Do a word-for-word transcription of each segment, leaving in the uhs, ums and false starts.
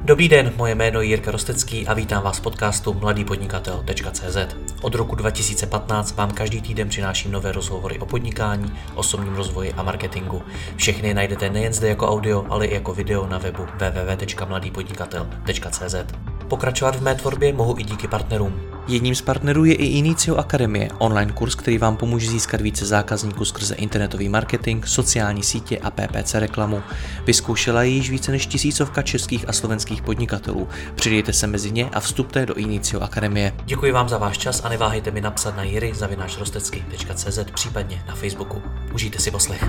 Dobrý den, moje jméno je Jirka Rostecký a vítám vás v podcastu mladý podnikatel tečka cé zet. Od roku dva tisíce patnáct vám každý týden přináším nové rozhovory o podnikání, osobním rozvoji a marketingu. Všechny najdete nejen zde jako audio, ale i jako video na webu w w w tečka mladý podnikatel tečka cé zet. Pokračovat v mé tvorbě mohu i díky partnerům. Jedním z partnerů je i Inicio Akademie, online kurz, který vám pomůže získat více zákazníků skrze internetový marketing, sociální sítě a P P C reklamu. Vyzkoušela ji již více než tisícovka českých a slovenských podnikatelů. Přidejte se mezi ně a vstupte do Inicio Akademie. Děkuji vám za váš čas a neváhejte mi napsat na jiry zavináč rostecky tečka cé zet, případně na Facebooku. Užijte si poslech.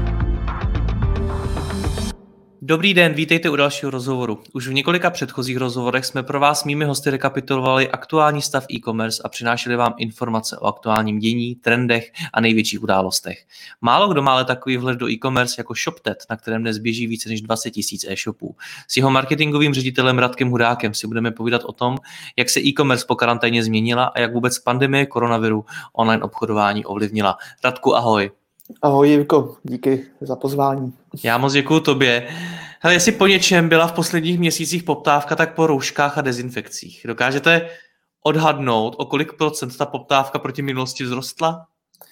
Dobrý den, vítejte u dalšího rozhovoru. Už v několika předchozích rozhovorech jsme pro vás mými hosty rekapitulovali aktuální stav e-commerce a přinášeli vám informace o aktuálním dění, trendech a největších událostech. Málo kdo má ale takový vhled do e-commerce jako ShopTet, na kterém dnes běží více než dvacet tisíc e-shopů. S jeho marketingovým ředitelem Radkem Hudákem si budeme povídat o tom, jak se e-commerce po karanténě změnila a jak vůbec pandemie koronaviru online obchodování ovlivnila. Radku, ahoj. Ahoj Jirko, díky za pozvání. Já moc děkuju tobě. Hele, jestli po něčem byla v posledních měsících poptávka, tak po rouškách a dezinfekcích. Dokážete odhadnout, o kolik procent ta poptávka proti minulosti vzrostla?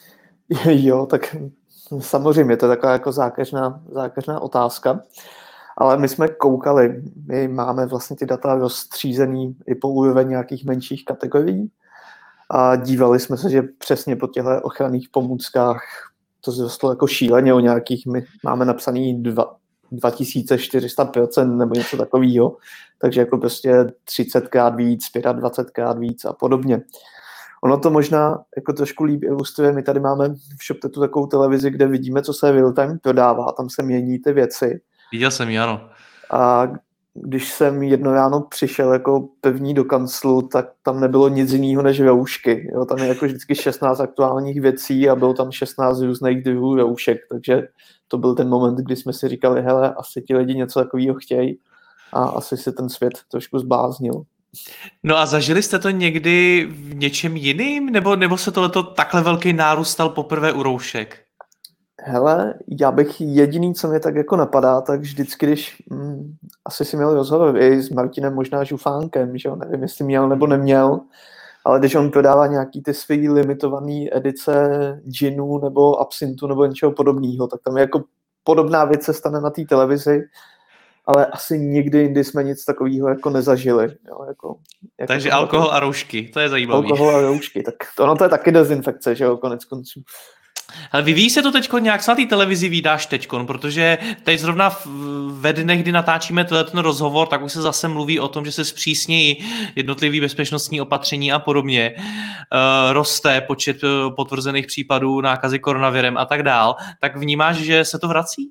Jo, tak samozřejmě, to je taková jako zákeřná, zákeřná otázka. Ale my jsme koukali, my máme vlastně ty data rozstřízený i po úroveň nějakých menších kategorií a dívali jsme se, že přesně po těchto ochranných pomůckách to vzrostlo jako šíleně o nějakých, my máme napsaný dva, dva tisíce čtyři sta procent nebo něco takového, takže jako prostě třicetkrát víc, dvacetpětkrát víc a podobně. Ono to možná jako trošku líp ilustruje, my tady máme v ShopTetu takovou televizi, kde vidíme, co se real time prodává, tam se mění ty věci. Viděl jsem ji, ano. A když jsem jedno ráno přišel jako první do kanclu, tak tam nebylo nic jiného než roušky. Jo, tam je jako vždycky šestnáct aktuálních věcí a bylo tam šestnáct různých druhů roušek, takže to byl ten moment, kdy jsme si říkali, hele, asi ti lidi něco takového chtějí a asi si ten svět trošku zbláznil. No a zažili jste to někdy v něčem jiným, nebo, nebo se tohleto takhle velký nárůst stal poprvé u roušek? Hele, já bych jediný, co mě tak jako napadá, tak vždycky, když hm, asi si měl rozhovor i s Martinem možná Žufánkem, že jo, nevím, jestli měl nebo neměl, ale když on prodává nějaký ty svý limitovaný edice džinu nebo absintu nebo něčeho podobného, tak tam je jako podobná věc se stane na té televizi, ale asi nikdy jindy jsme nic takového jako nezažili. Jo, jako, jako Takže alkohol a roušky, to je zajímavé. Alkohol a roušky, tak to, ono to je taky dezinfekce, že jo, konec konců. Ale vyvíjí se to teďko nějak, co na té televizi vídáš teďkon, protože teď zrovna ve dnech, kdy natáčíme ten rozhovor, tak už se zase mluví o tom, že se zpřísnějí jednotlivý bezpečnostní opatření a podobně. E, roste počet potvrzených případů nákazy koronavirem a tak dál. Tak vnímáš, že se to vrací?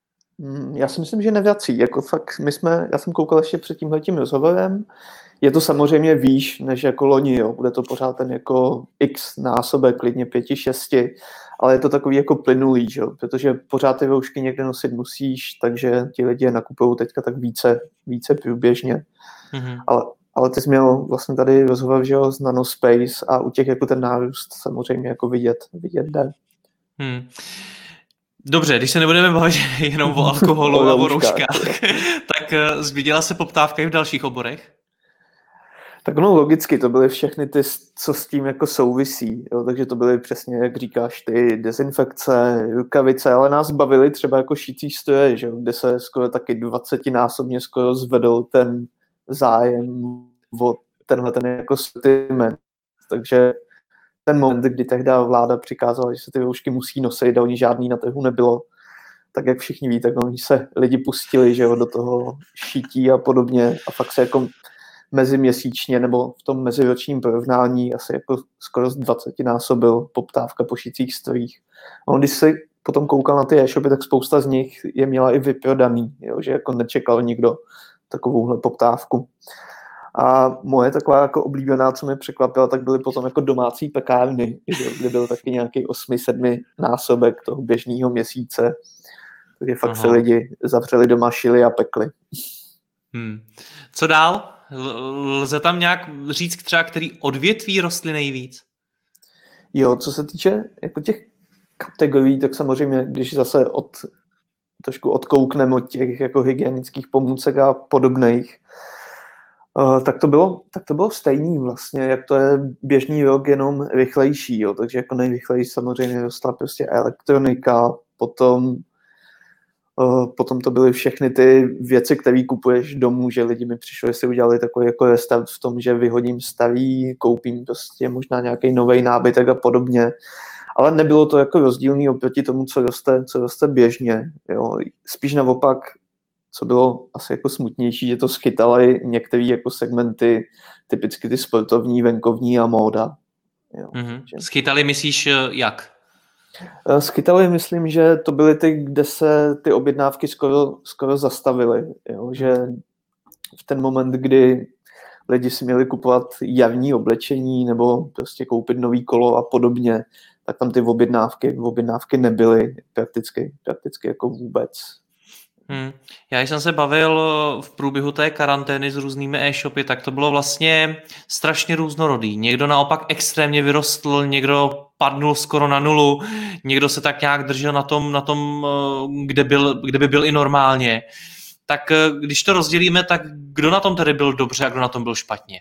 Já si myslím, že nevrací. Jako fakt, my jsme, já jsem koukal ještě před tímhletím rozhovorem. Je to samozřejmě výš než jako loni, jo. Bude to pořád ten jako x násobek, klidně pěti, šesti, ale je to takový jako plynulý, jo, protože pořád ty roušky někde nosit musíš, takže ti lidi je nakupují teďka tak více, více průběžně. Mm-hmm. Ale, ale ty jsi měl vlastně tady rozhovor, že jo, z Nanospace a u těch jako ten nárůst samozřejmě jako vidět, vidět jde. Hmm. Dobře, když se nebudeme bavit jenom o alkoholu a o rouškách, tak změnila se poptávka i v dalších oborech? Tak no logicky, to byly všechny ty, co s tím jako souvisí, jo? Takže to byly přesně, jak říkáš, ty dezinfekce, rukavice, ale nás bavili třeba jako šící stroje, že? Kde se skoro taky dvacetinásobně skoro zvedl ten zájem o tenhle ten jako sortiment. Takže ten moment, kdy tehdy vláda přikázala, že se ty roušky musí nosit a oni žádný na trhu nebylo, tak jak všichni ví, tak oni se lidi pustili, že jo, do toho šítí a podobně a fakt se jako meziměsíčně nebo v tom meziročním porovnání asi jako skoro z dvacetinásobil poptávka po šicích strojích. A když se potom koukal na ty e-shopy, tak spousta z nich je měla i vyprodaný, jo, že jako nečekal nikdo takovouhle poptávku. A moje taková jako oblíbená, co mě překvapila, tak byly potom jako domácí pekárny, kde byl taky nějaký osmi sedmi násobek toho běžného měsíce. Takže fakt Aha. se lidi zavřeli doma, šili a pekli. Hmm. Co dál? Lze tam nějak říct třeba, který odvětví rostly nejvíc? Jo, co se týče jako těch kategorií, tak samozřejmě, když zase od, trošku odkoukneme od těch jako hygienických pomůcek a podobných, Uh, tak, to bylo, tak to bylo stejný vlastně, jak to je běžný rok, jenom rychlejší, jo. Takže jako nejrychleji samozřejmě rostla prostě elektronika, potom, uh, potom to byly všechny ty věci, které kupuješ domů, že lidi mi přišli, si udělali takový jako restart v tom, že vyhodím starý, koupím prostě možná nějaký nový nábytek a podobně. Ale nebylo to jako rozdílný oproti tomu, co roste, co roste běžně. Jo. Spíš naopak, co bylo asi jako smutnější, že to schytaly některé jako segmenty, typicky ty sportovní, venkovní a móda. Jo. Mm-hmm. Schytaly myslíš jak? Schytaly, myslím, že to byly ty, kde se ty objednávky skoro, skoro zastavily. Jo. Že v ten moment, kdy lidi si měli kupovat jarní oblečení nebo prostě koupit nový kolo a podobně, tak tam ty objednávky, objednávky nebyly prakticky, prakticky jako vůbec. Hmm. Já jsem se bavil v průběhu té karantény s různými e-shopy, tak to bylo vlastně strašně různorodý. Někdo naopak extrémně vyrostl, někdo padnul skoro na nulu, někdo se tak nějak držel na tom, na tom kde, byl, kde by byl i normálně. Tak když to rozdělíme, tak kdo na tom tedy byl dobře a kdo na tom byl špatně?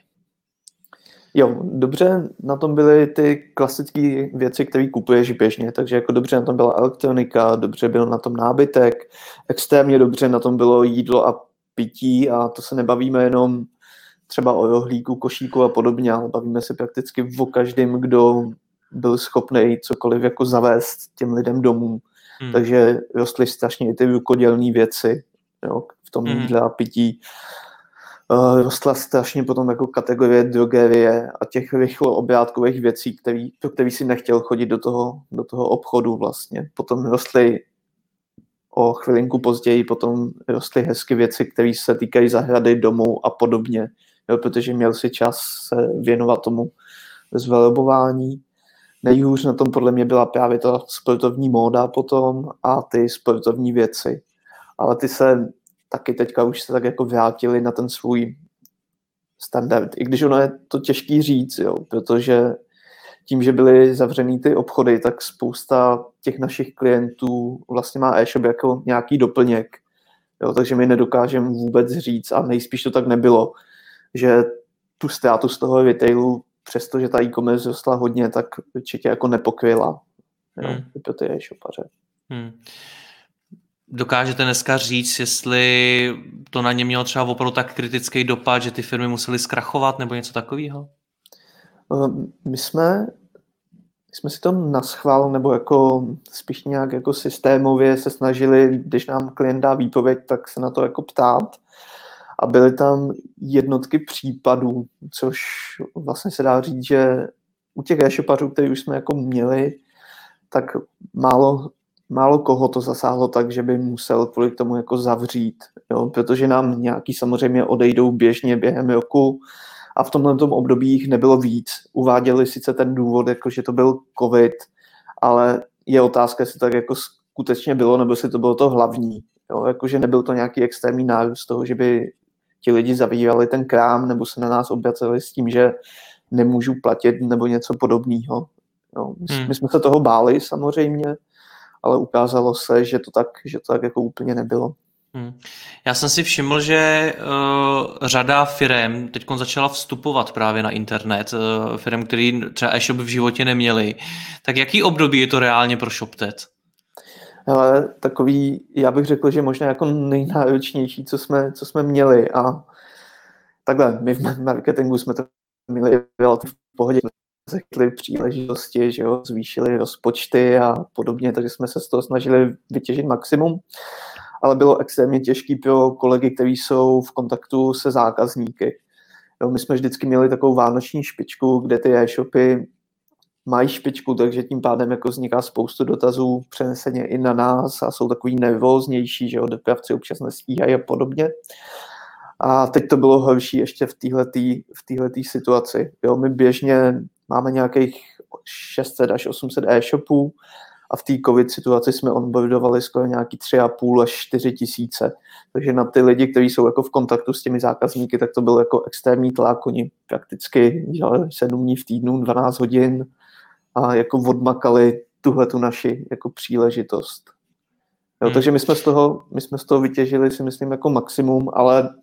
Jo, dobře na tom byly ty klasické věci, které kupuješ běžně, takže jako dobře na tom byla elektronika, dobře byl na tom nábytek, extrémně dobře na tom bylo jídlo a pití a to se nebavíme jenom třeba o rohlíku, košíku a podobně, ale bavíme se prakticky o každém, kdo byl schopný cokoliv jako zavést těm lidem domů. Hmm. Takže rostly strašně i ty rukodělné věci, jo, v tom hmm. jídle a pití. Uh, rostla strašně potom jako kategorie drogerie a těch rychloobrátkových věcí, který, pro který si nechtěl chodit do toho, do toho obchodu vlastně. Potom rostly o chvilinku později, potom rostly hezky věci, které se týkají zahrady, domů a podobně, jo, protože měl si čas se věnovat tomu zvelebování. Nejhůř na tom podle mě byla právě ta sportovní móda potom a ty sportovní věci. Ale ty se taky teďka už se tak jako vrátili na ten svůj standard. I když ono je to těžký říct, jo, protože tím, že byly zavřený ty obchody, tak spousta těch našich klientů vlastně má e-shop jako nějaký doplněk. Jo, takže my nedokážeme vůbec říct a nejspíš to tak nebylo, že tu ztrátu z toho retailu, přestože ta e-commerce rostla hodně, tak určitě jako nepokryla, jo, hmm. pro ty e-shopaře. Hmm. Dokážete dneska říct, jestli to na ně mělo třeba opravdu tak kritický dopad, že ty firmy musely zkrachovat nebo něco takového? My jsme, my jsme si to naschvál nebo jako spíš nějak jako systémově se snažili, když nám klient dá výpověď, tak se na to jako ptát. A byly tam jednotky případů, což vlastně se dá říct, že u těch e-shopařů, který už jsme jako měli, tak málo Málo koho to zasáhlo tak, že by musel kvůli tomu jako zavřít, jo? Protože nám nějaký samozřejmě odejdou běžně během roku a v tomhle období jich nebylo víc. Uváděli sice ten důvod, jako že to byl covid, ale je otázka, jestli tak jako skutečně bylo, nebo jestli to bylo to hlavní. Jo? Jakože nebyl to nějaký extrémní nárůst toho, že by ti lidi zavírali ten krám nebo se na nás obraceli s tím, že nemůžu platit nebo něco podobného. Jo? My, hmm. my jsme se toho báli samozřejmě, ale ukázalo se, že to tak, že to tak jako úplně nebylo. Hmm. Já jsem si všiml, že uh, řada firem teď začala vstupovat právě na internet, uh, firem, který třeba e-shop v životě neměli. Tak jaký období je to reálně pro ShopTet? Hele, takový, já bych řekl, že možná jako nejnáročnější, co jsme, co jsme měli a takhle, my v marketingu jsme to měli relativně v pohodě, řekli příležitosti, že jo, zvýšili rozpočty a podobně, takže jsme se z toho snažili vytěžit maximum, ale bylo extrémně těžké pro kolegy, kteří jsou v kontaktu se zákazníky. Jo, my jsme vždycky měli takovou vánoční špičku, kde ty e-shopy mají špičku, takže tím pádem jako vzniká spoustu dotazů přeneseně i na nás a jsou takový nervóznější, že jo, dopravci občas nestíhají a podobně. A teď to bylo horší ještě v téhletý, v téhletý situaci. Jo, my běžně máme nějakých šest set až osm set e-shopů a v té covid situaci jsme onboardovali skoro nějaký tři a půl až čtyři tisíce. Takže na ty lidi, kteří jsou jako v kontaktu s těmi zákazníky, tak to byl jako extrémní tlak. Oni prakticky dělali sedm dní v týdnu, dvanáct hodin a jako odmakali tuhletu naši jako příležitost. Jo, hmm. Takže my jsme, z toho, my jsme z toho vytěžili si myslím jako maximum, ale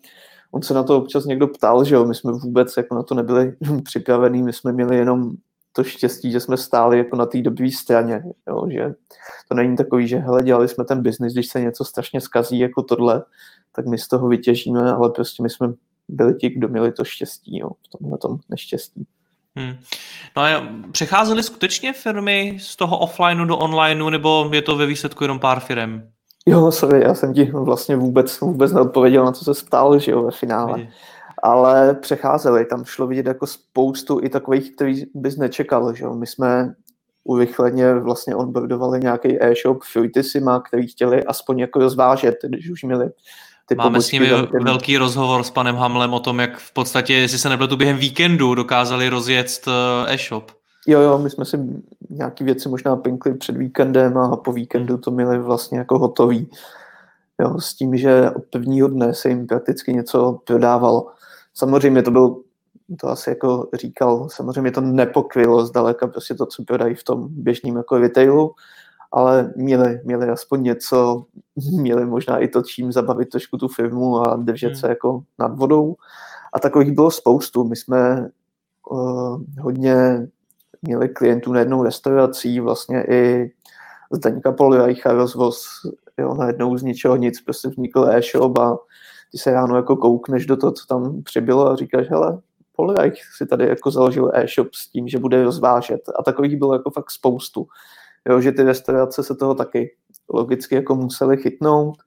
on se na to občas někdo ptal, že jo, my jsme vůbec jako na to nebyli připravení, my jsme měli jenom to štěstí, že jsme stáli jako na té dobové straně, jo, že to není takový, že hele, dělali jsme ten biznis, když se něco strašně zkazí jako tohle, tak my z toho vytěžíme, ale prostě my jsme byli ti, kdo měli to štěstí, jo, v tomhle tom neštěstí. Hmm. No a přecházely skutečně firmy z toho offlineu do onlineu, nebo je to ve výsledku jenom pár firem? Jo, sorry, já jsem ti vlastně vůbec, vůbec neodpověděl, na co se ptal, že jo, ve finále. Vidí. Ale přecházeli, tam šlo vidět jako spoustu i takových, který bys nečekal, že jo. My jsme urychleně vlastně onboardovali nějaký e-shop Fruitissima, který chtěli aspoň jako rozvážet, když už měli ty Máme s nimi velký... velký rozhovor s panem Hamlem o tom, jak v podstatě, jestli se nebylo tu během víkendu, dokázali rozjet e-shop. Jo, jo, my jsme si nějaký věci možná pinkli před víkendem a po víkendu to měli vlastně jako hotový. Jo, s tím, že od prvního dne se jim prakticky něco prodávalo. Samozřejmě to byl, to asi jako říkal, samozřejmě to nepokrylo zdaleka prostě to, co prodají v tom běžném jako retailu, ale měli, měli aspoň něco, měli možná i to, čím zabavit trošku tu firmu a držet hmm. se jako nad vodou. A takových bylo spoustu. My jsme uh, hodně měli klientů na jednou restaurací, vlastně i Zdeňka Polreicha rozvoz, jo, najednou z ničeho nic, prostě vznikl e-shop a ty se ráno jako koukneš do toho, co tam přibylo a říkáš, hele, Polreich si tady jako založil e-shop s tím, že bude rozvážet a takových bylo jako fakt spoustu, jo, že ty restaurace se toho taky logicky jako museli chytnout.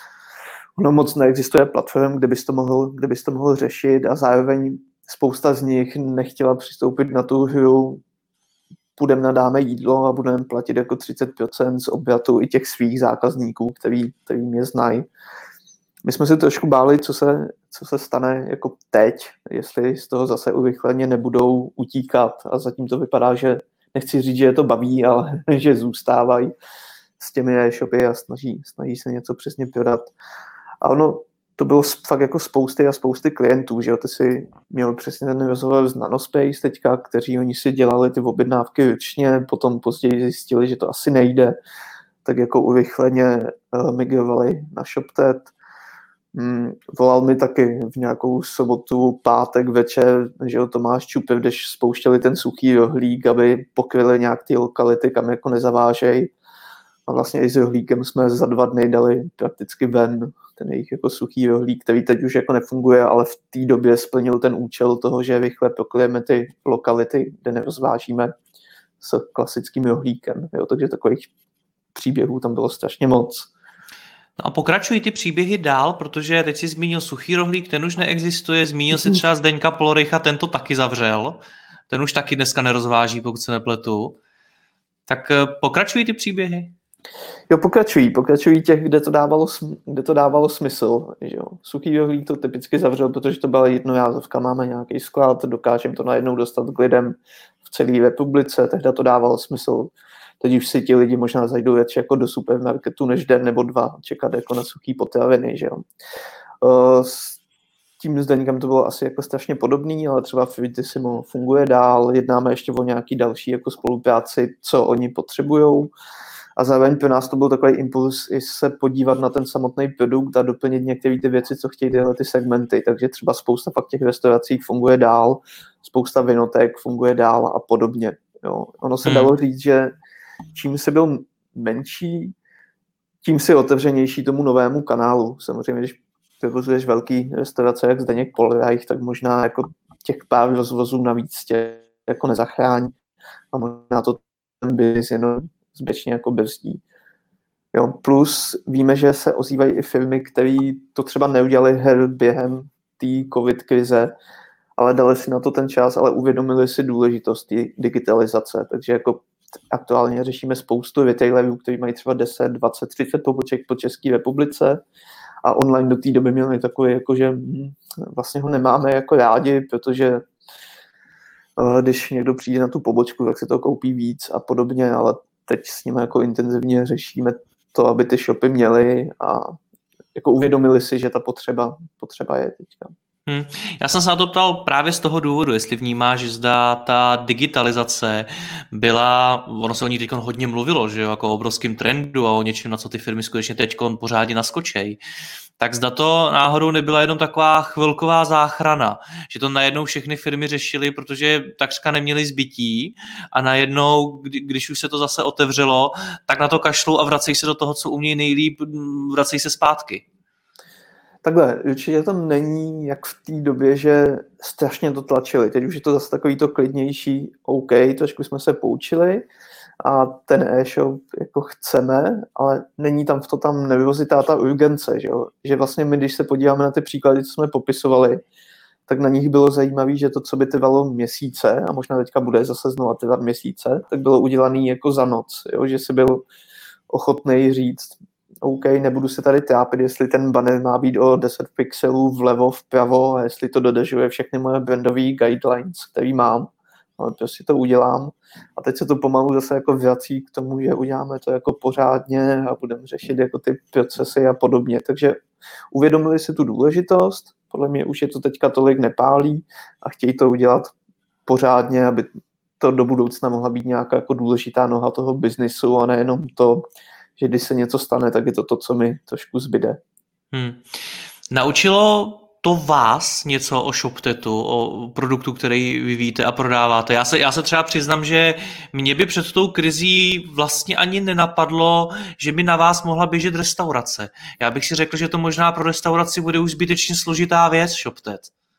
Ono moc neexistuje platform, kde bys to mohl, kde bys to mohl řešit a zároveň spousta z nich nechtěla přistoupit na tu hru, půjdeme nadáme jídlo a budeme platit jako třicet procent z obratu i těch svých zákazníků, který, který mě znají. My jsme se trošku báli, co se, co se stane jako teď, jestli z toho zase urychleně nebudou utíkat a zatím to vypadá, že nechci říct, že je to baví, ale že zůstávají s těmi e-shopy a snaží, snaží se něco přesně prodat. A ono, to bylo fakt jako spousty a spousty klientů, že jo, ty si měl přesně ten rozhovor z Nanospace teďka, kteří oni si dělali ty objednávky ručně, potom později zjistili, že to asi nejde, tak jako urychleně uh, migrovali na ShopTet. Hmm, volal mi taky v nějakou sobotu, pátek večer, že jo, Tomáš Čupr, když spouštěli ten suchý rohlík, aby pokryli nějak ty lokality, kam jako nezavážej. A vlastně i s rohlíkem jsme za dva dny dali prakticky ven ten jejich jako suchý rohlík, který teď už jako nefunguje, ale v té době splnil ten účel toho, že rychle pokryjeme ty lokality, kde nerozvážíme s klasickým rohlíkem. Jo, takže takových příběhů tam bylo strašně moc. No a pokračují ty příběhy dál, protože teď si zmínil suchý rohlík, ten už neexistuje, zmínil si třeba Zdeňka Polreicha, ten to taky zavřel, ten už taky dneska nerozváží, pokud se nepletu. Tak pokračují ty příběhy? Jo, pokračují, pokračují těch, kde to dávalo, kde to dávalo smysl. Že jo. Suchý rohlík to typicky zavřel, protože to byla jednorázovka, máme nějaký sklad, dokážeme to najednou dostat k lidem v celé republice, tehdy to dávalo smysl. Teď už si ti lidi možná zajdou radši jako do supermarketu než den nebo dva čekat jako na suchý potraviny. Že jo. S tím Zdeňkem to bylo asi jako strašně podobný, ale třeba Fruitissimo funguje dál, jednáme ještě o nějaký další jako spolupráci, co oni potřebujou. A zároveň pro nás to byl takový impuls i se podívat na ten samotný produkt a doplnit některé ty věci, co chtějí tyhle ty segmenty. Takže třeba spousta fakt těch restaurací funguje dál, spousta vinoték funguje dál a podobně. Jo. Ono se hmm. dalo říct, že čím se byl menší, tím si otevřenější tomu novému kanálu. Samozřejmě, když provozuješ velký restaurace, jak Zdeněk Polreich, tak možná jako těch pár rozvozů navíc tě jako nezachrání. A možná to ten biznis jenom zbytečně jako brzdí. Jo, plus víme, že se ozývají i firmy, které to třeba neudělali her během té covid krize, ale dali si na to ten čas, ale uvědomili si důležitost digitalizace. Takže jako aktuálně řešíme spoustu retailerů, kteří mají třeba deset, dvacet, třicet poboček po České republice a online do té doby měli takový, jako že hm, vlastně ho nemáme jako rádi, protože uh, když někdo přijde na tu pobočku, tak si to koupí víc a podobně, ale teď s nimi jako intenzivně řešíme to, aby ty shopy měly a jako uvědomili si, že ta potřeba, potřeba je teďka. Hmm. Já jsem se na to ptal právě z toho důvodu, jestli vnímáš, že zda ta digitalizace byla, ono se o ní teď hodně mluvilo, že jo, jako o obrovském trendu a o něčem, na co ty firmy skutečně teď pořádně naskočejí. Tak zda to náhodou nebyla jenom taková chvilková záchrana, že to najednou všechny firmy řešily, protože takřka neměly zbytí a najednou, kdy, když už se to zase otevřelo, tak na to kašlou a vracejí se do toho, co umějí nejlíp, vracejí se zpátky. Takhle, určitě to není jak v té době, že strašně to tlačili. Teď už je to zase takový to klidnější, OK, trošku jsme se poučili a ten e-shop jako chceme, ale není tam v to tam nevyrozitá ta urgence, že jo? Že vlastně my, když se podíváme na ty příklady, co jsme popisovali, tak na nich bylo zajímavé, že to, co by trvalo měsíce, a možná teďka bude zase znova trvat měsíce, tak bylo udělané jako za noc, jo? Že si byl ochotný říct, OK, nebudu se tady trápit, jestli ten banner má být o deset pixelů vlevo, vpravo a jestli to dodržuje všechny moje brandové guidelines, který mám, ale prostě to udělám. A teď se to pomalu zase jako vrací k tomu, že uděláme to jako pořádně a budeme řešit jako ty procesy a podobně. Takže uvědomili si tu důležitost, podle mě už je to teďka tolik nepálí a chtějí to udělat pořádně, aby to do budoucna mohla být nějaká jako důležitá noha toho biznisu a nejenom to, že když se něco stane, tak je to to, co mi trošku zbyde. Hmm. Naučilo to vás něco o ShopTetu, o produktu, který vyvíjíte a prodáváte? Já se, já se třeba přiznám, že mě by před tou krizí vlastně ani nenapadlo, že by na vás mohla běžet restaurace. Já bych si řekl, že to možná pro restauraci bude už zbytečně složitá věc, ShopTet.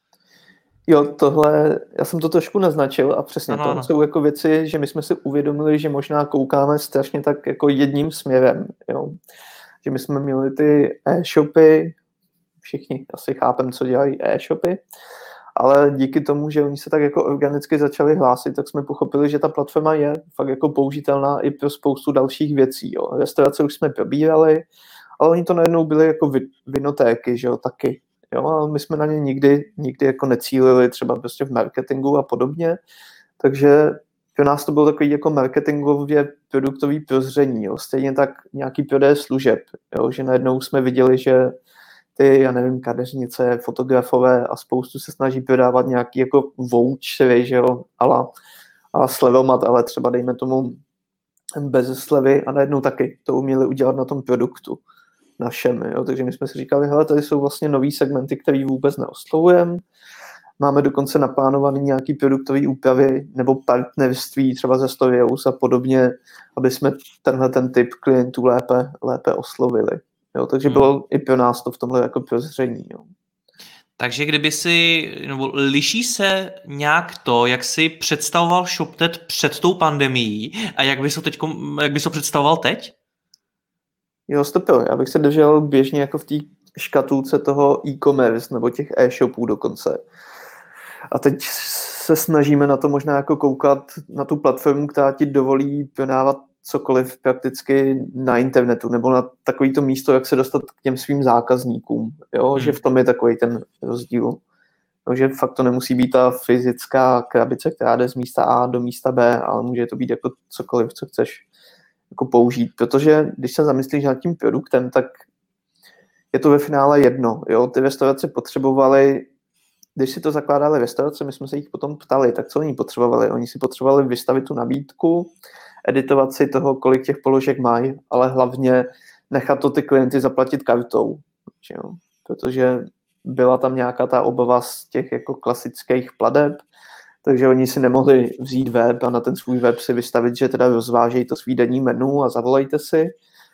Jo, tohle, já jsem to trošku naznačil a přesně ano, to ano. jsou jako věci, že my jsme si uvědomili, že možná koukáme strašně tak jako jedním směrem, jo. Že my jsme měli ty e-shopy, všichni asi chápem, co dělají e-shopy, ale díky tomu, že oni se tak jako organicky začali hlásit, tak jsme pochopili, že ta platforma je fakt jako použitelná i pro spoustu dalších věcí, jo. Restaurace už jsme probírali, ale oni to najednou byly jako vinotéky, že jo, taky. Jo, ale my jsme na ně nikdy, nikdy jako necílili třeba prostě v marketingu a podobně, takže pro nás to bylo takový jako marketingově produktový prozření, jo. Stejně tak nějaký prodej služeb, jo, že najednou jsme viděli, že ty, já nevím, kadeřnice, fotografové a spoustu se snaží prodávat nějaký jako vouchery, že jo, ala, ala slevomat, ale třeba dejme tomu bez slevy a najednou taky to uměli udělat na tom produktu našem, jo? Takže my jsme si říkali, hele, tady jsou vlastně nový segmenty, který vůbec neoslovujeme. Máme dokonce naplánovaný nějaký produktový úpravy nebo partnerství třeba ze Storyhouse a podobně, aby jsme tenhle ten typ klientů lépe, lépe oslovili. Jo? Takže bylo i pro nás to v tomhle jako prozření. Jo? Takže kdyby si, nebo liší se nějak to, jak si představoval ShopTet před tou pandemií a jak bys to, teďko, jak bys to představoval teď? Jo, stopil. Já bych se držel běžně jako v té škatulce toho e-commerce nebo těch e-shopů dokonce. A teď se snažíme na to možná jako koukat na tu platformu, která ti dovolí prodávat cokoliv prakticky na internetu nebo na takovýto místo, jak se dostat k těm svým zákazníkům. Jo? Hmm. Že v tom je takový ten rozdíl. No, že fakt to nemusí být ta fyzická krabice, která jde z místa A do místa B, ale může to být jako cokoliv, co chceš jako použít, protože když se zamyslíš nad tím produktem, tak je to ve finále jedno. Jo? Ty restaurace potřebovaly, když si to zakládali restaurace, my jsme se jich potom ptali, tak co oni potřebovali? Oni si potřebovali vystavit tu nabídku, editovat si toho, kolik těch položek mají, ale hlavně nechat to ty klienty zaplatit kartou. Jo? Protože byla tam nějaká ta obava z těch jako klasických plateb, takže oni si nemohli vzít web a na ten svůj web si vystavit, že teda rozvážejí to svý denní menu a zavolejte si.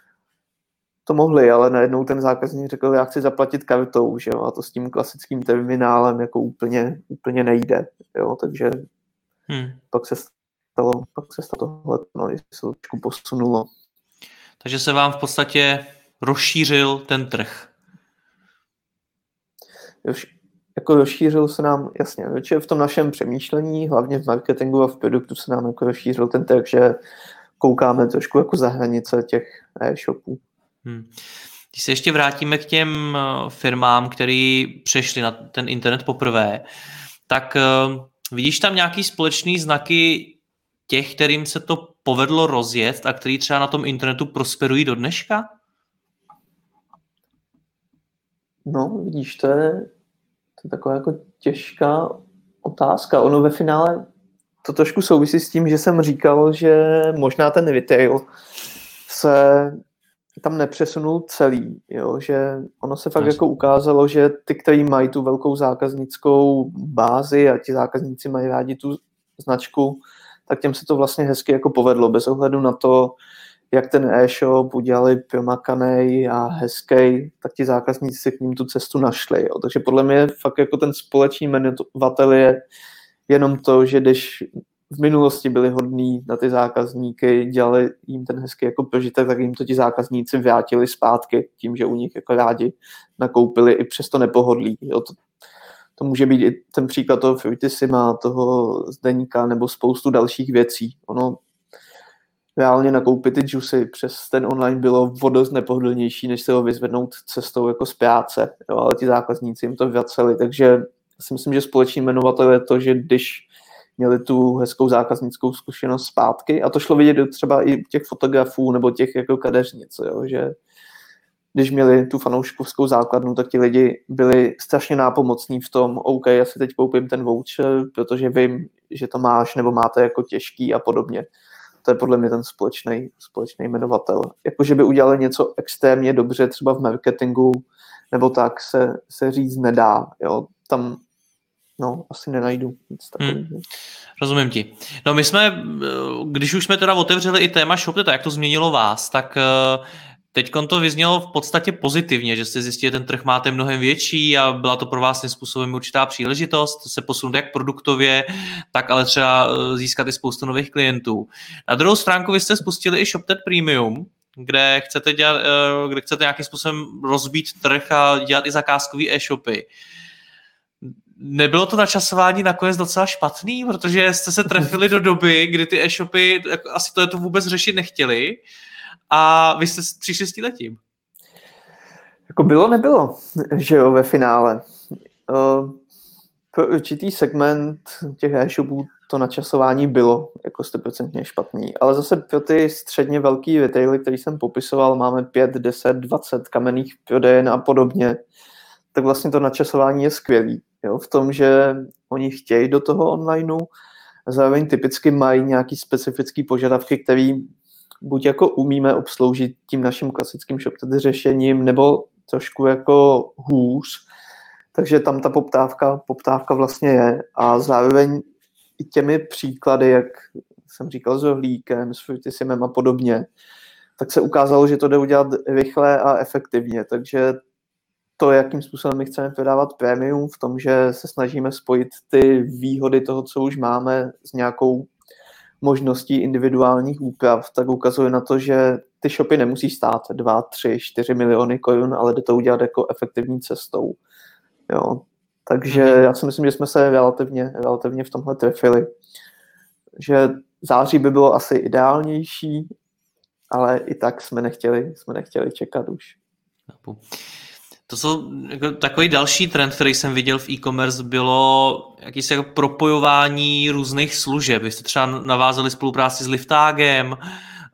To mohli, ale najednou ten zákazník řekl, já chci zaplatit kartou, že jo, a to s tím klasickým terminálem jako úplně, úplně nejde, jo, takže hmm. pak se stalo, pak se stalo tohle, no, se to trošku posunulo. Takže se vám v podstatě rozšířil ten trh. Jož, jako rozšířil se nám, jasně, v tom našem přemýšlení, hlavně v marketingu a v produktu se nám jako rozšířil ten trh, že koukáme trošku jako za hranice těch e-shopů. Hmm. Když se ještě vrátíme k těm firmám, které přešly na ten internet poprvé, tak uh, vidíš tam nějaký společný znaky těch, kterým se to povedlo rozjet a který třeba na tom internetu prosperují do dneška? No, vidíš, to je, je taková jako těžká otázka. Ono ve finále to trošku souvisí s tím, že jsem říkal, že možná ten retail se tam nepřesunul celý, jo? Že ono se fakt jako ukázalo, že ty, kteří mají tu velkou zákaznickou bázi a ti zákazníci mají rádi tu značku, tak těm se to vlastně hezky jako povedlo, bez ohledu na to, jak ten e-shop udělali promakanej a hezký, tak ti zákazníci si k ním tu cestu našli. Jo. Takže podle mě fakt jako ten společný jmenovatel je jenom to, že když v minulosti byli hodní na ty zákazníky, dělali jim ten hezký jako prožitek, tak jim to ti zákazníci vrátili zpátky tím, že u nich jako rádi nakoupili i přesto nepohodlí. Jo. To, to může být i ten příklad toho Fruitissima, toho Zdeňka nebo spoustu dalších věcí. Ono reálně nakoupit ty juicy přes ten online bylo o dost nepohodlnější, než se ho vyzvednout cestou jako z práce, jo, ale ti zákazníci jim to vraceli, takže si myslím, že společný jmenovatel je to, že když měli tu hezkou zákaznickou zkušenost zpátky, a to šlo vidět třeba i těch fotografů nebo těch jako kadeřnic, jo, že když měli tu fanouškovskou základnu, tak ti lidi byli strašně nápomocní v tom, OK, já si teď koupím ten voucher, protože vím, že to máš nebo máte jako těžký a podobně. To je podle mě ten společný, společný jmenovatel. Jakože by udělali něco extrémně dobře třeba v marketingu, nebo tak se, se říct nedá. Jo? Tam no, asi nenajdu nic takového. Hmm. Rozumím ti. No my jsme, když už jsme teda otevřeli i téma ShopTeta, jak to změnilo vás, tak teďkon to vyznělo v podstatě pozitivně, že jste zjistili, že ten trh máte mnohem větší a byla to pro vás tím způsobem určitá příležitost se posunout jak produktově, tak ale třeba získat i spoustu nových klientů. Na druhou stránku vy jste spustili i ShopTet Premium, kde chcete, dělat, kde chcete nějakým způsobem rozbít trh a dělat i zakázkový e-shopy. Nebylo to načasování nakonec docela špatný, protože jste se trefili do doby, kdy ty e-shopy asi to, to vůbec řešit nechtěli, a vy jste přišli s tímhletím. Jako bylo, nebylo, že jo, ve finále. Uh, pro určitý segment těch e-shopů to načasování bylo jako sto procent špatný, ale zase pro ty středně velký retaily, který jsem popisoval, máme pět, deset, dvacet kamenných prodejen a podobně, tak vlastně to načasování je skvělý. Jo, v tom, že oni chtějí do toho onlineu, zároveň typicky mají nějaký specifický požadavky, který buď jako umíme obsloužit tím naším klasickým ShopTet řešením, nebo trošku jako hůř. Takže tam ta poptávka, poptávka vlastně je. A zároveň i těmi příklady, jak jsem říkal, s rohlíkem, s Fruitissimem a podobně, tak se ukázalo, že to jde udělat rychle a efektivně. Takže to, jakým způsobem my chceme prodávat prémium, v tom, že se snažíme spojit ty výhody toho, co už máme, s nějakou možností individuálních úprav, tak ukazuje na to, že ty shopy nemusí stát dva, tři, čtyři miliony korun, ale jde to udělat jako efektivní cestou. Jo. Takže já si myslím, že jsme se relativně, relativně v tomhle trefili. Že září by bylo asi ideálnější, ale i tak jsme nechtěli, jsme nechtěli čekat už. To jsou jako takový další trend, který jsem viděl v e-commerce, bylo jakýsi jako propojování různých služeb. Vy jste třeba navázali spolupráci s Liftagem. Uh,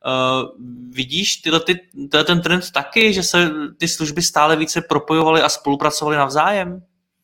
vidíš tyhle, ty, tyhle ten trend taky, že se ty služby stále více propojovaly a spolupracovaly navzájem?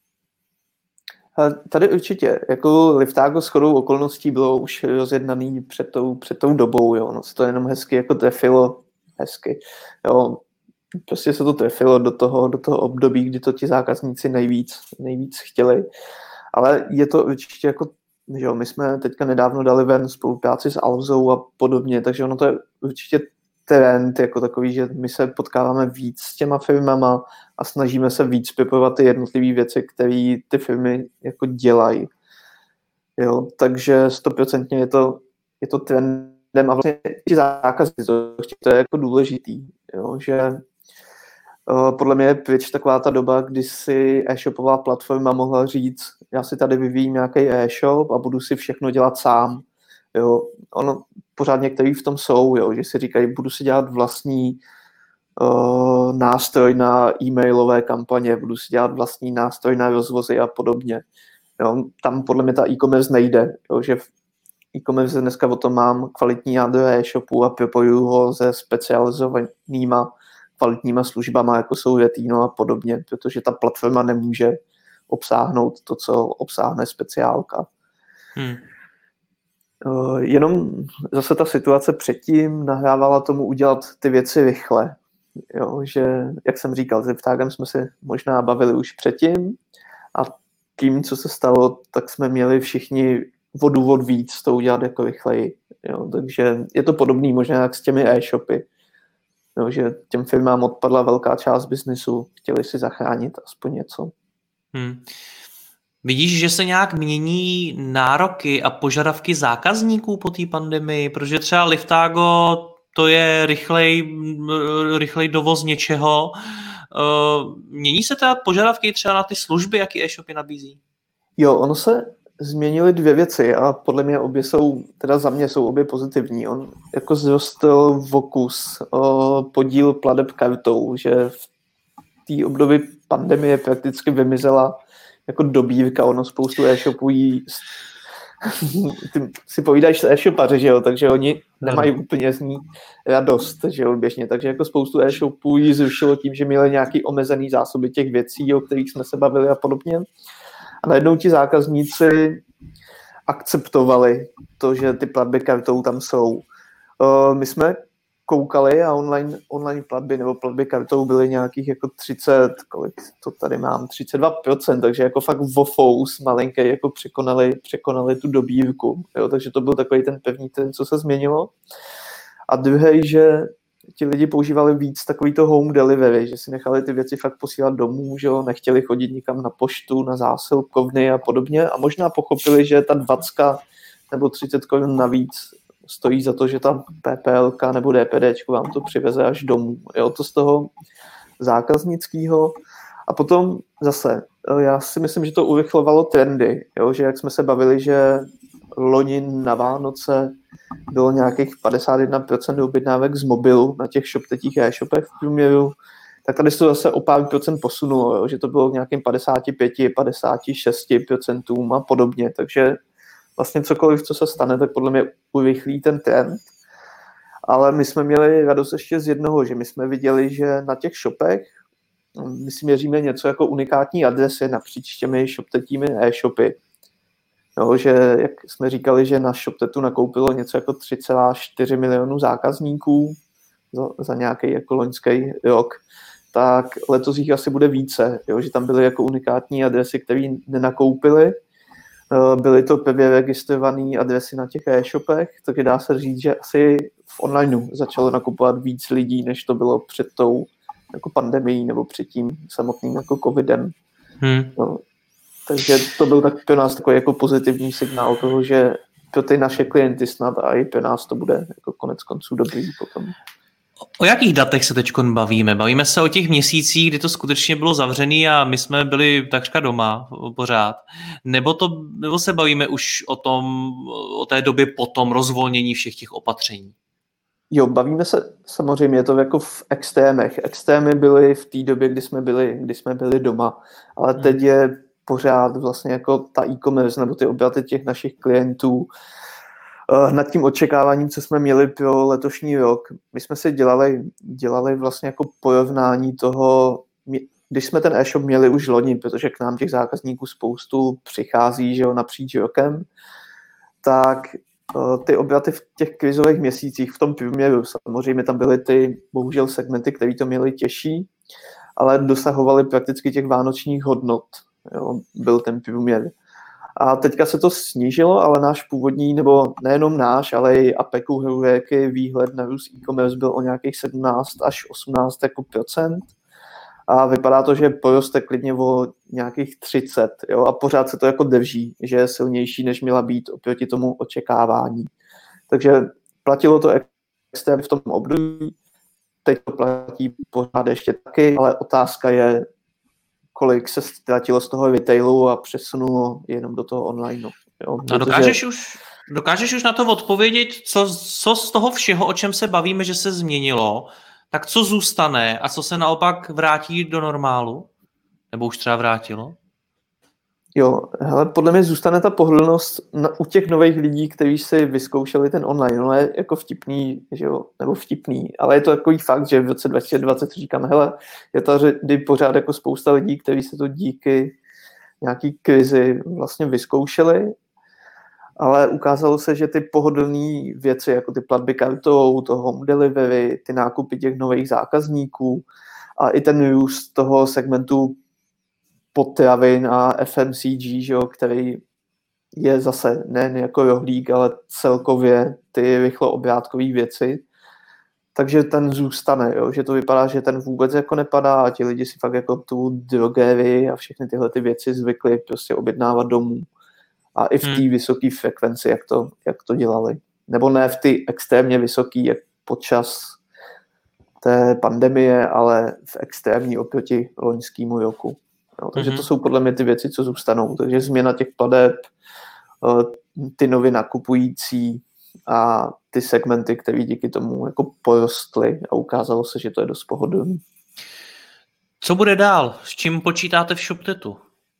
Tady určitě. Jako Liftago shodou okolností bylo už rozjednaný před tou, před tou dobou. Jo. No, se to jenom hezky jako trefilo. Hezky. Jo. Prostě se to trefilo do toho, do toho období, kdy to ti zákazníci nejvíc, nejvíc chtěli. Ale je to určitě jako, že jo, my jsme teďka nedávno dali ven spolupráci s Alzou a podobně, takže ono to je určitě trend jako takový, že my se potkáváme víc s těma firmama a snažíme se víc propojovat ty jednotlivé věci, které ty firmy jako dělají. Jo, takže stoprocentně je to, je to trendem a vlastně ti zákazníci, to, to je jako důležitý, jo, že podle mě je pryč taková ta doba, kdy si e-shopová platforma mohla říct, já si tady vyvíjím nějaký e-shop a budu si všechno dělat sám. Jo. Ono pořád některý v tom jsou, jo, že si říkají, budu si dělat vlastní uh, nástroj na e-mailové kampaně, budu si dělat vlastní nástroj na rozvozy a podobně. Jo. Tam podle mě ta e-commerce nejde, jo, že v e-commerce dneska o tom mám kvalitní jádro e-shopu a propojuju ho se specializovanýma kvalitníma službama, jako jsou Retino a podobně, protože ta platforma nemůže obsáhnout to, co obsáhne speciálka. Hmm. Jenom zase ta situace předtím nahrávala tomu udělat ty věci rychle. Jo, že, jak jsem říkal, s Ziptágem jsme si možná bavili už předtím a tím, co se stalo, tak jsme měli všichni o důvod víc to udělat jako rychleji. Jo, takže je to podobný možná jak s těmi e-shopy. Jo, že těm firmám odpadla velká část biznisu, chtěli si zachránit aspoň něco. Hmm. Vidíš, že se nějak mění nároky a požadavky zákazníků po té pandemii? Protože třeba Liftago to je rychlej, rychlej dovoz něčeho. Mění se teda požadavky třeba na ty služby, jaký e-shopy nabízí? Jo, ono se změnily dvě věci a podle mě obě jsou, teda za mě jsou obě pozitivní. On jako zrostl Vokus podíl plateb kartou, že v té období pandemie prakticky vymizela jako dobírka, ono spoustu e-shopů jí ty si povídáš e-shopaři, že jo, takže oni nemají úplně z ní radost, že jo, běžně, takže jako spoustu e-shopů jí zrušilo tím, že měli nějaký omezený zásoby těch věcí, o kterých jsme se bavili a podobně. A najednou ti zákazníci akceptovali to, že ty platby kartou tam jsou. My jsme koukali a online, online platby nebo platby kartou byly nějakých jako třicet, kolik to tady mám, třicet dva procent, takže jako fakt vofous malinký jako překonali, překonali tu dobívku. Jo? Takže to byl takový ten pevný ten, co se změnilo. A druhý, že ti lidi používali víc takový to home delivery, že si nechali ty věci fakt posílat domů, že jo? Nechtěli chodit nikam na poštu, na zásilkovny a podobně a možná pochopili, že ta dvacet nebo třicet korun navíc stojí za to, že ta PPLka nebo DPDčko vám to přiveze až domů. Jo, to z toho zákaznického. A potom zase, já si myslím, že to urychlovalo trendy, jo, že jak jsme se bavili, že loni na Vánoce bylo nějakých padesát jedna procent objednávek z mobilu na těch shoptetích a e-shopech v průměru, tak tady se to zase o pár procent posunulo, jo, že to bylo k nějakým padesát pět padesát šest procent a podobně, takže vlastně cokoliv, co se stane, tak podle mě urychlí ten trend. Ale my jsme měli radost ještě z jednoho, že my jsme viděli, že na těch shopech my si měříme něco jako unikátní adresy napříč těmi shoptetími e-shopy. Jo, že jak jsme říkali, že na ShopTetu nakoupilo něco jako tři celá čtyři milionu zákazníků za, za nějaký jako loňský rok, tak letos jich asi bude více, jo, že tam byly jako unikátní adresy, které nenakoupily. Byly to pevně registrované adresy na těch e-shopech, takže dá se říct, že asi v onlineu začalo nakupovat víc lidí, než to bylo před tou jako pandemií nebo před tím samotným jako covidem. Hmm. No, takže to byl tak pro nás takový jako pozitivní signál toho, že pro ty naše klienty snad a i pro nás to bude jako konec konců dobrý potom. O jakých datech se teď bavíme? Bavíme se o těch měsících, kdy to skutečně bylo zavřený a my jsme byli takřka doma pořád. Nebo, to, nebo se bavíme už o tom, o té době po tom rozvolnění všech těch opatření? Jo, bavíme se samozřejmě, je to jako v extrémech. Extrémy byly v té době, kdy jsme byli, kdy jsme byli doma, ale hmm. teď je pořád vlastně jako ta e-commerce nebo ty obraty těch našich klientů nad tím očekáváním, co jsme měli pro letošní rok. My jsme si dělali, dělali vlastně jako porovnání toho, když jsme ten e-shop měli už loni, protože k nám těch zákazníků spoustu přichází, že jo, napříč rokem, tak ty obraty v těch krizových měsících v tom průměru, samozřejmě tam byly ty, bohužel, segmenty, které to měly těžší, ale dosahovaly prakticky těch vánočních hodnot. Jo, byl ten průměr. A teďka se to snížilo, ale náš původní, nebo nejenom náš, ale i Apeku, Heuréky, výhled na růst e-commerce byl o nějakých sedmnáct až osmnáct jako procent. A vypadá to, že poroste klidně o nějakých třicet. Jo? A pořád se to jako drží, že je silnější, než měla být oproti tomu očekávání. Takže platilo to extrém v tom období, teď to platí pořád ještě taky, ale otázka je, kolik se ztratilo z toho retailu a přesunulo jenom do toho online. Jo? A dokážeš už, dokážeš už na to odpovědět, co, co z toho všeho, o čem se bavíme, že se změnilo, tak co zůstane a co se naopak vrátí do normálu? Nebo už třeba vrátilo? Jo, hele, podle mě zůstane ta pohodlnost na, u těch nových lidí, kteří si vyzkoušeli ten online. No je jako vtipný, že jo, nebo vtipný, ale je to takový fakt, že v roce dva tisíce dvacet říkám, hele, je tady pořád jako spousta lidí, kteří se to díky nějaký krizi vlastně vyzkoušeli, ale ukázalo se, že ty pohodlné věci, jako ty platby kartou, to home delivery, ty nákupy těch nových zákazníků a i ten růst toho segmentu potravin a F M C G, že jo, který je zase nejen jako rohlík, ale celkově ty rychloobrátkové věci, takže ten zůstane, jo? Že to vypadá, že ten vůbec jako nepadá a ti lidi si fakt jako tu drogerii a všechny tyhle ty věci zvykli prostě objednávat domů. A i v té hmm. vysoké frekvenci, jak to, jak to dělali. Nebo ne v té extrémně vysoké, jak počas té pandemie, ale v extrémní oproti loňskému roku. Jo? Takže hmm. to jsou podle mě ty věci, co zůstanou. Takže změna těch plateb, ty nově nakupující a ty segmenty, které díky tomu jako porostly a ukázalo se, že to je dost pohodlný. Co bude dál? S čím počítáte v ShopTetu?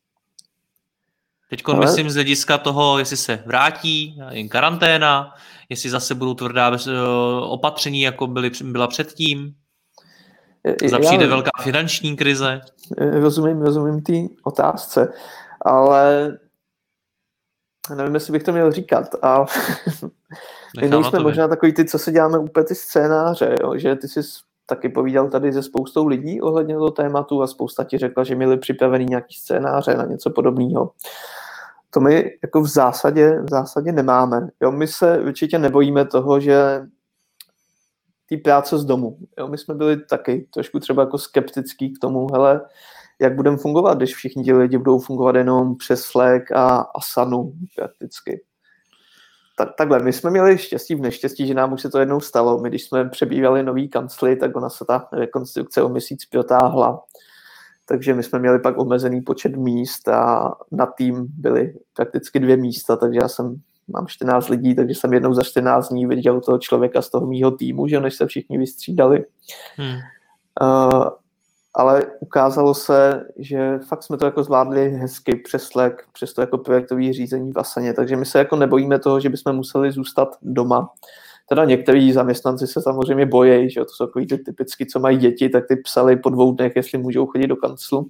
Teď Ale... myslím z hlediska toho, jestli se vrátí jen karanténa, jestli zase budou tvrdá bez, opatření, jako byly, byla předtím. Zda přijde velká finanční krize. Rozumím, rozumím té otázce, ale nevím, jestli bych to měl říkat. A my nejsme možná takový ty, co si děláme úplně ty scénáře, jo? Že ty jsi taky povídal tady se spoustou lidí ohledně toho tématu a spousta ti řekla, že měli připravený nějaký scénáře na něco podobného. To my jako v zásadě, v zásadě nemáme. Jo? My se určitě nebojíme toho, že ty práce z domu. Jo? My jsme byli taky trošku třeba jako skeptický k tomu, hele, jak budeme fungovat, když všichni ti lidi budou fungovat jenom přes Slack a Asanu prakticky. Tak, takhle, my jsme měli štěstí v neštěstí, že nám už se to jednou stalo. My, když jsme přebývali nový kancli, tak ona se ta rekonstrukce o měsíc protáhla. Takže my jsme měli pak omezený počet míst a na tým byly prakticky dvě místa, takže já jsem, mám čtrnáct lidí, takže jsem jednou za čtrnáct dní viděl toho člověka z toho mýho týmu, že než se všichni vystřídali. Hmm. Uh, ale ukázalo se, že fakt jsme to jako zvládli hezky přes Slack, přes to jako projektové řízení v Asaně, takže my se jako nebojíme toho, že bychom museli zůstat doma. Teda některý zaměstnanci se samozřejmě bojí, že to jsou takový ty typicky, co mají děti, tak ty psali po dvou dnech, jestli můžou chodit do kanclu.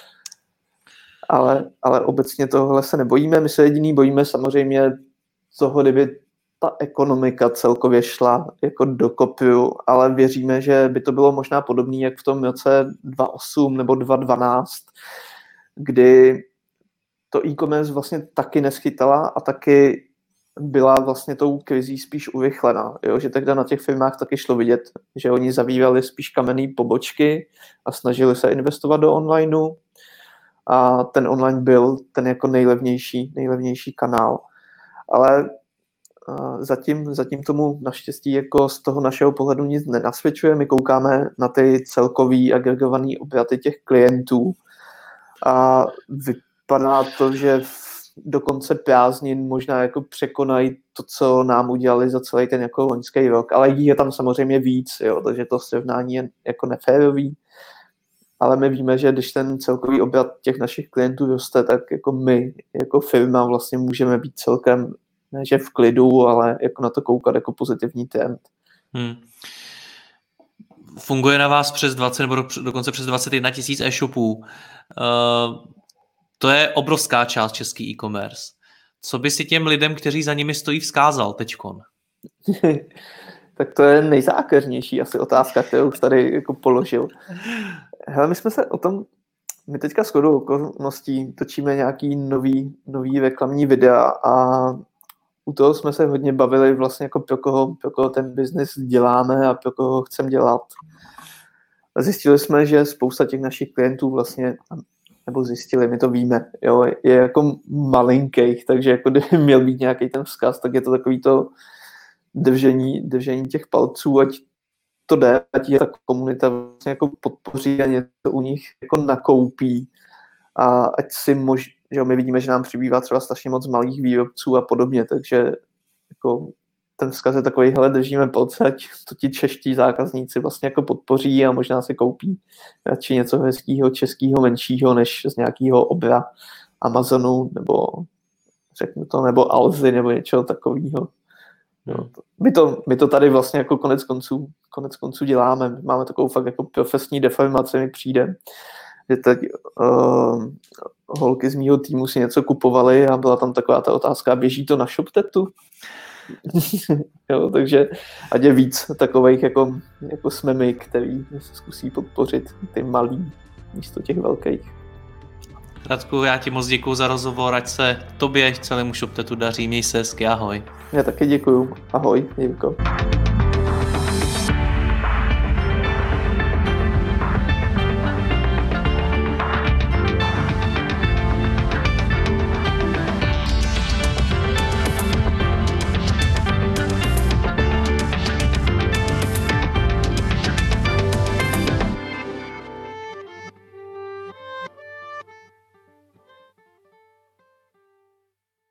Ale, ale obecně tohle se nebojíme, my se jediný bojíme samozřejmě toho, kdyby ta ekonomika celkově šla jako do kopiu, ale věříme, že by to bylo možná podobné jak v tom roce dva tisíce osm nebo dva tisíce dvanáct, kdy to e-commerce vlastně taky neschytala a taky byla vlastně tou krizí spíš urychlená. Jo? Že tehdy na těch firmách taky šlo vidět, že oni zavírali spíš kamenné pobočky a snažili se investovat do onlineu a ten online byl ten jako nejlevnější, nejlevnější kanál. Ale Zatím, zatím tomu naštěstí jako z toho našeho pohledu nic nenasvědčuje. My koukáme na ty celkový agregovaný obraty těch klientů a vypadá to, že do konce prázdnin možná jako překonají to, co nám udělali za celý ten jako loňský rok, ale je tam samozřejmě víc, jo, takže to srovnání je jako neférový. Ale my víme, že když ten celkový obrat těch našich klientů roste, tak jako my jako firma vlastně můžeme být celkem ne, že v klidu, ale jako na to koukat jako pozitivní trend. Hmm. Funguje na vás přes dvacet nebo dokonce přes dvacet jedna tisíc e-shopů. Uh, to je obrovská část český e-commerce. Co by si těm lidem, kteří za nimi stojí, vzkázal teďkon? Tak to je nejzákeřnější asi otázka, kterou už tady jako položil. Hele, my jsme se o tom, my teďka shodou okolností točíme nějaký nový, nový reklamní videa a u toho jsme se hodně bavili vlastně jako pro koho, pro koho ten biznis děláme a pro koho chceme dělat. A zjistili jsme, že spousta těch našich klientů vlastně, nebo zjistili, my to víme, jo, je jako malinkých, takže jako kdyby měl být nějaký ten vzkaz, tak je to takový to držení, držení těch palců, ať to jde, ať je ta komunita vlastně jako podpoří a něco u nich jako nakoupí a ať si možná, že my vidíme, že nám přibývá třeba strašně moc malých výrobců a podobně, takže jako ten vzkaz je takový, hele, držíme palce, ať to ti čeští zákazníci vlastně jako podpoří a možná si koupí radši něco hezkýho, českýho, menšího, než z nějakého obra Amazonu, nebo řeknu to, nebo Alzy, nebo něčeho takového. No, my, to, my to tady vlastně jako konec konců, konec konců děláme. Máme takovou fakt jako profesní deformaci, mi přijde, že teď uh, holky z mýho týmu si něco kupovaly a byla tam taková ta otázka, běží to na ShopTetu? Jo, takže ať je víc takových, jako, jako jsme my, který se zkusí podpořit ty malý místo těch velkých. Radku, já ti moc děkuju za rozhovor, ať se tobě celému ShopTetu daří, měj se hezky, ahoj. Já taky děkuju, ahoj, Jirko.